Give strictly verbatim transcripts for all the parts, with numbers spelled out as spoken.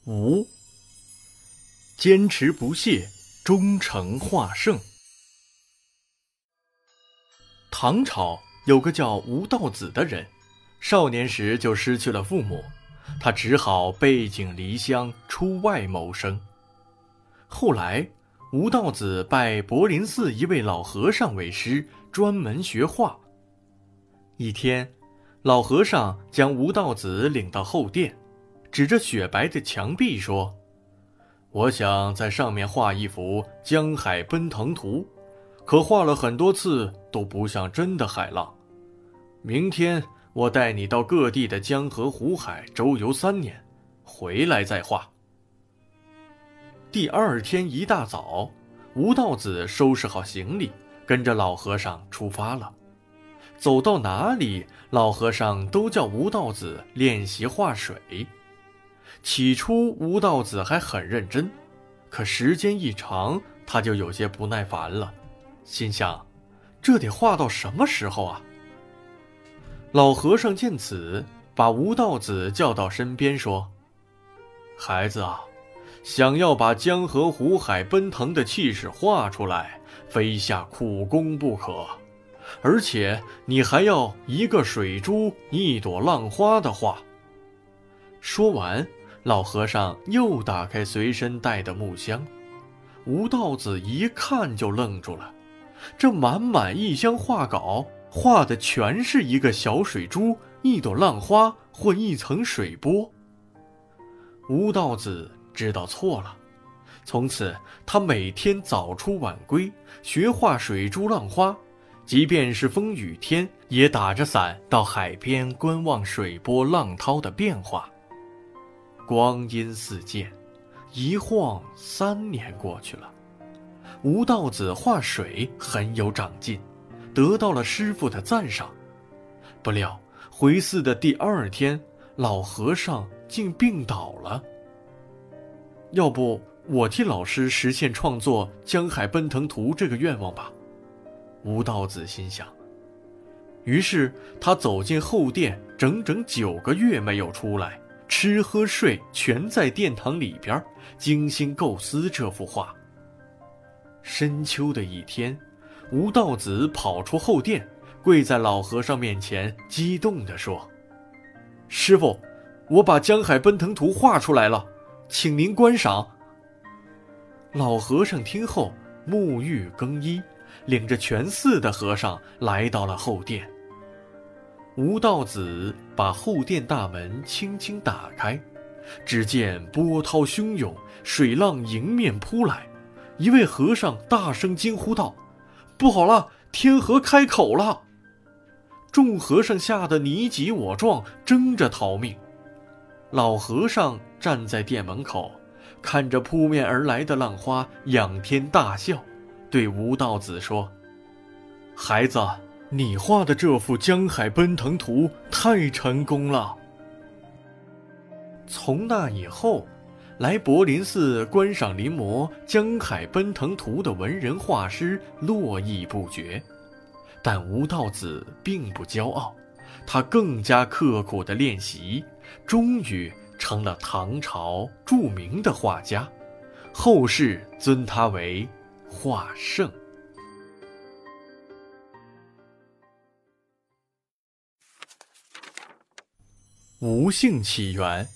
吴，坚持不懈，终成画圣。唐朝有个叫吴道子的人，少年时就失去了父母，他只好背井离乡出外谋生。后来吴道子拜柏林寺一位老和尚为师，专门学画。一天，老和尚将吴道子领到后殿，指着雪白的墙壁说：我想在上面画一幅江海奔腾图，可画了很多次都不像真的海浪。明天我带你到各地的江河湖海周游三年，回来再画。第二天一大早，吴道子收拾好行李，跟着老和尚出发了。走到哪里，老和尚都叫吴道子练习画水。起初吴道子还很认真，可时间一长，他就有些不耐烦了，心想这得画到什么时候啊？老和尚见此，把吴道子叫到身边说：孩子啊，想要把江河湖海奔腾的气势画出来，非下苦功不可，而且你还要一个水珠一朵浪花的画。说完，老和尚又打开随身带的木箱，吴道子一看就愣住了，这满满一箱画稿画的全是一个小水珠、一朵浪花或一层水波。吴道子知道错了，从此他每天早出晚归，学画水珠浪花，即便是风雨天，也打着伞到海边观望水波浪涛的变化。光阴似箭，一晃三年过去了，吴道子画水很有长进，得到了师傅的赞赏。不料回寺的第二天，老和尚竟病倒了。要不我替老师实现创作江海奔腾图这个愿望吧，吴道子心想。于是他走进后殿，整整九个月没有出来，吃喝睡全在殿堂里边，精心构思这幅画。深秋的一天，吴道子跑出后殿，跪在老和尚面前，激动地说：师父，我把江海奔腾图画出来了，请您观赏。老和尚听后沐浴更衣，领着全寺的和尚来到了后殿。吴道子把后殿大门轻轻打开，只见波涛汹涌，水浪迎面扑来。一位和尚大声惊呼道：不好了，天河开口了！众和尚吓得你挤我撞，争着逃命。老和尚站在殿门口，看着扑面而来的浪花，仰天大笑，对吴道子说：孩子，你画的这幅江海奔腾图太成功了。从那以后，来柏林寺观赏临摹江海奔腾图的文人画师络绎不绝。但吴道子并不骄傲，他更加刻苦地练习，终于成了唐朝著名的画家，后世尊他为画圣。吴姓起源。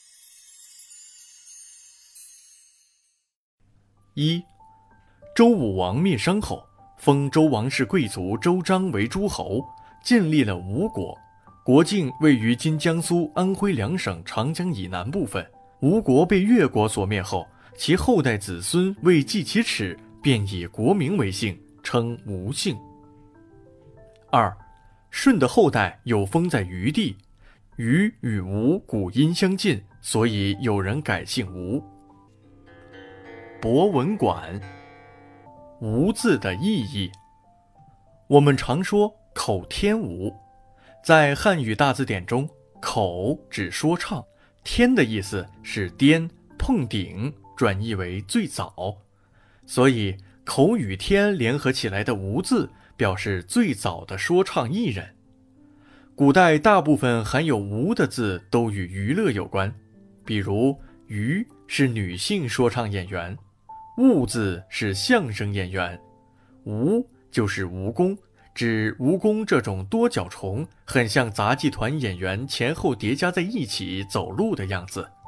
一，周武王灭商后，封周王室贵族周章为诸侯，建立了吴国。国境位于今江苏、安徽两省长江以南部分。吴国被越国所灭后，其后代子孙为记其耻，便以国名为姓，称吴姓。二，舜的后代有封在虞地，虞与吴古音相近，所以有人改姓吴。博文馆。吴字的意义，我们常说口天吴，在汉语大字典中，口指说唱，天的意思是颠、碰顶，转译为最早，所以口与天联合起来的吴字表示最早的说唱艺人。古代大部分含有吴的字都与娱乐有关，比如鱼是女性说唱演员，兀字是相声演员，蜈就是蜈蚣，指蜈蚣这种多脚虫，很像杂技团演员前后叠加在一起走路的样子。